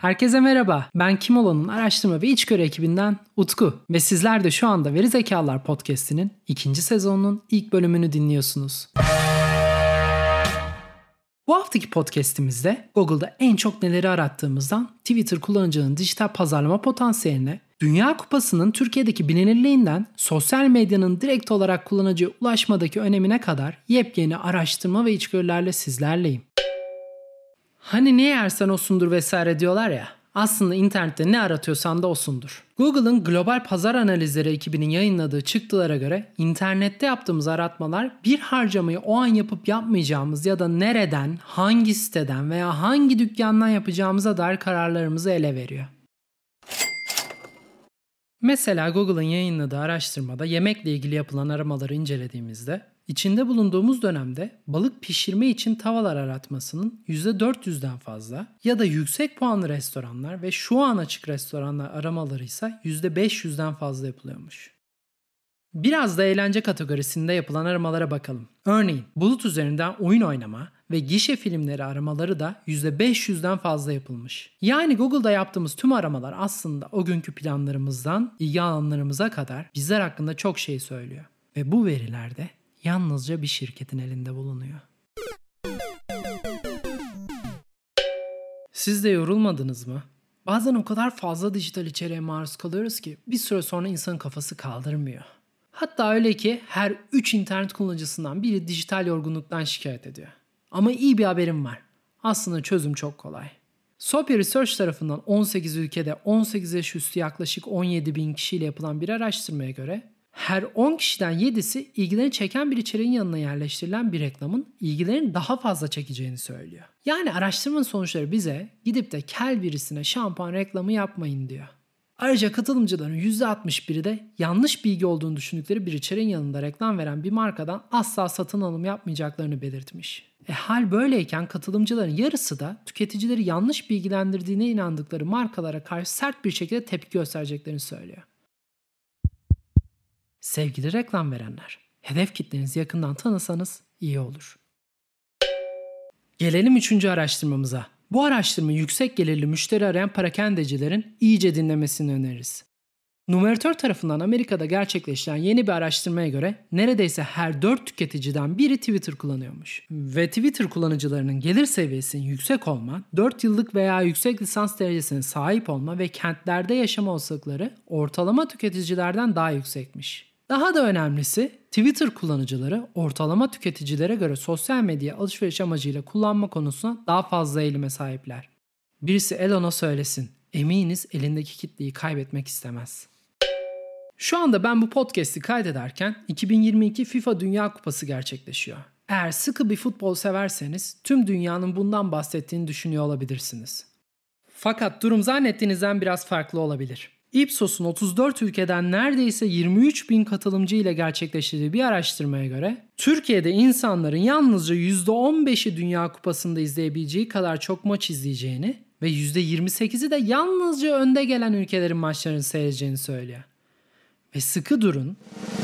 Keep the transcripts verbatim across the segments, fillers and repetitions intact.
Herkese merhaba, ben Kimolan'ın araştırma ve içgörü ekibinden Utku ve sizler de şu anda Veri Zekalar Podcast'inin ikinci sezonunun ilk bölümünü dinliyorsunuz. Bu haftaki podcast'imizde Google'da en çok neleri arattığımızdan Twitter kullanıcının dijital pazarlama potansiyeline, Dünya Kupası'nın Türkiye'deki bilinirliğinden sosyal medyanın direkt olarak kullanıcıya ulaşmadaki önemine kadar yepyeni araştırma ve içgörülerle sizlerleyim. Hani ne yersen osundur vesaire diyorlar ya, aslında internette ne aratıyorsan da osundur. Google'ın Global Pazar Analizleri ekibinin yayınladığı çıktılara göre internette yaptığımız aratmalar bir harcamayı o an yapıp yapmayacağımız ya da nereden, hangi siteden veya hangi dükkandan yapacağımıza dair kararlarımızı ele veriyor. Mesela Google'ın yayınladığı araştırmada yemekle ilgili yapılan aramaları incelediğimizde içinde bulunduğumuz dönemde balık pişirme için tavalar aratmasının yüzde dört yüzden fazla ya da yüksek puanlı restoranlar ve şu an açık restoranlar aramaları ise yüzde beş yüzden fazla yapılıyormuş. Biraz da eğlence kategorisinde yapılan aramalara bakalım. Örneğin bulut üzerinden oyun oynama ve gişe filmleri aramaları da yüzde beş yüzden fazla yapılmış. Yani Google'da yaptığımız tüm aramalar aslında o günkü planlarımızdan ilgi alanlarımıza kadar bizler hakkında çok şey söylüyor. Ve bu veriler de yalnızca bir şirketin elinde bulunuyor. Siz de yorulmadınız mı? Bazen o kadar fazla dijital içeriğe maruz kalıyoruz ki bir süre sonra insanın kafası kaldırmıyor. Hatta öyle ki her üç internet kullanıcısından biri dijital yorgunluktan şikayet ediyor. Ama iyi bir haberim var. Aslında çözüm çok kolay. Sopia Research tarafından on sekiz ülkede on sekiz yaş üstü yaklaşık on yedi bin kişiyle yapılan bir araştırmaya göre her on kişiden yedisi ilgilerini çeken bir içeriğin yanına yerleştirilen bir reklamın ilgilerini daha fazla çekeceğini söylüyor. Yani araştırmanın sonuçları bize gidip de kel birisine şampuan reklamı yapmayın diyor. Ayrıca katılımcıların yüzde altmış biri de yanlış bilgi olduğunu düşündükleri bir içeriğin yanında reklam veren bir markadan asla satın alım yapmayacaklarını belirtmiş. E hal böyleyken katılımcıların yarısı da tüketicileri yanlış bilgilendirdiğine inandıkları markalara karşı sert bir şekilde tepki göstereceklerini söylüyor. Sevgili reklam verenler, hedef kitlenizi yakından tanısanız iyi olur. Gelelim üçüncü araştırmamıza. Bu araştırma yüksek gelirli müşteri arayan parakendecilerin iyice dinlemesini öneririz. Numeratör tarafından Amerika'da gerçekleştiren yeni bir araştırmaya göre neredeyse her dört tüketiciden biri Twitter kullanıyormuş. Ve Twitter kullanıcılarının gelir seviyesinin yüksek olma, dört yıllık veya yüksek lisans derecesine sahip olma ve kentlerde yaşama olasılıkları ortalama tüketicilerden daha yüksekmiş. Daha da önemlisi Twitter kullanıcıları ortalama tüketicilere göre sosyal medya alışveriş amacıyla kullanma konusunda daha fazla eğilime sahipler. Birisi Elon'a söylesin, eminiz elindeki kitleyi kaybetmek istemez. Şu anda ben bu podcast'i kaydederken iki bin yirmi iki FIFA Dünya Kupası gerçekleşiyor. Eğer sıkı bir futbol severseniz tüm dünyanın bundan bahsettiğini düşünüyor olabilirsiniz. Fakat durum zannettiğinizden biraz farklı olabilir. Ipsos'un otuz dört ülkeden neredeyse yirmi üç bin katılımcı ile gerçekleştirdiği bir araştırmaya göre Türkiye'de insanların yalnızca yüzde on beşi Dünya Kupası'nda izleyebileceği kadar çok maç izleyeceğini ve yüzde yirmi sekizi de yalnızca önde gelen ülkelerin maçlarını seyredeceğini söylüyor. Ve sıkı durun,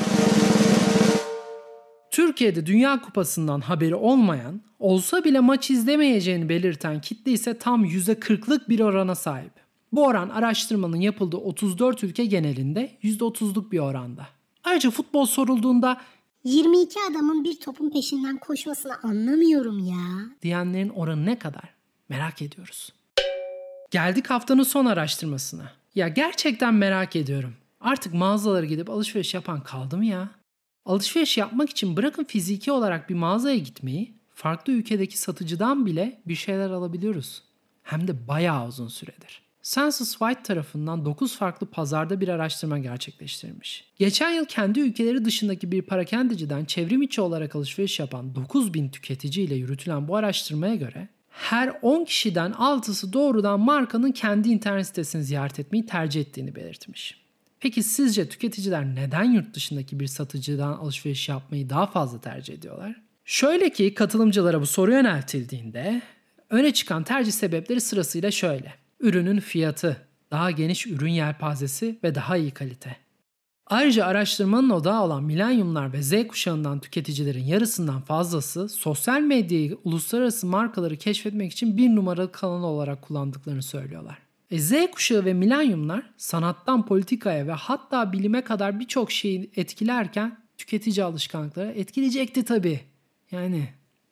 Türkiye'de Dünya Kupası'ndan haberi olmayan, olsa bile maç izlemeyeceğini belirten kitle ise tam yüzde kırklık bir orana sahip. Bu oran araştırmanın yapıldığı otuz dört ülke genelinde yüzde otuzluk bir oranda. Ayrıca futbol sorulduğunda yirmi iki adamın bir topun peşinden koşmasını anlamıyorum ya diyenlerin oranı ne kadar? Merak ediyoruz. Geldik haftanın son araştırmasına. Ya gerçekten merak ediyorum. Artık mağazalara gidip alışveriş yapan kaldı mı ya? Alışveriş yapmak için bırakın fiziki olarak bir mağazaya gitmeyi, farklı ülkedeki satıcıdan bile bir şeyler alabiliyoruz. Hem de bayağı uzun süredir. Census White tarafından dokuz farklı pazarda bir araştırma gerçekleştirilmiş. Geçen yıl kendi ülkeleri dışındaki bir parakendeciden çevrim içi olarak alışveriş yapan dokuz bin tüketici ile yürütülen bu araştırmaya göre her on kişiden altısı doğrudan markanın kendi internet sitesini ziyaret etmeyi tercih ettiğini belirtmiş. Peki sizce tüketiciler neden yurt dışındaki bir satıcıdan alışveriş yapmayı daha fazla tercih ediyorlar? Şöyle ki katılımcılara bu soru yöneltildiğinde öne çıkan tercih sebepleri sırasıyla şöyle. Ürünün fiyatı, daha geniş ürün yelpazesi ve daha iyi kalite. Ayrıca araştırmanın odağı olan milenyumlar ve Z kuşağından tüketicilerin yarısından fazlası sosyal medyayı uluslararası markaları keşfetmek için bir numaralı kanal olarak kullandıklarını söylüyorlar. E Z kuşağı ve milenyumlar sanattan politikaya ve hatta bilime kadar birçok şeyi etkilerken tüketici alışkanlıkları etkileyecekti tabii. Yani...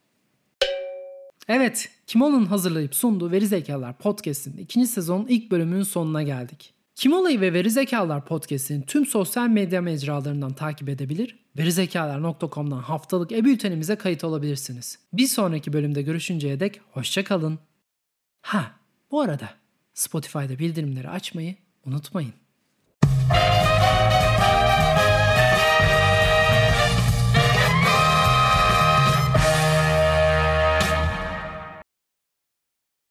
Evet, Kimola'nın hazırlayıp sunduğu Veri Zekalar Podcast'in ikinci sezonun ilk bölümünün sonuna geldik. Kimola'yı ve Veri Zekalar Podcast'ini tüm sosyal medya mecralarından takip edebilir, verizekalar nokta com'dan haftalık e-bültenimize kayıt olabilirsiniz. Bir sonraki bölümde görüşünceye dek hoşça kalın. Ha, bu arada Spotify'da bildirimleri açmayı unutmayın.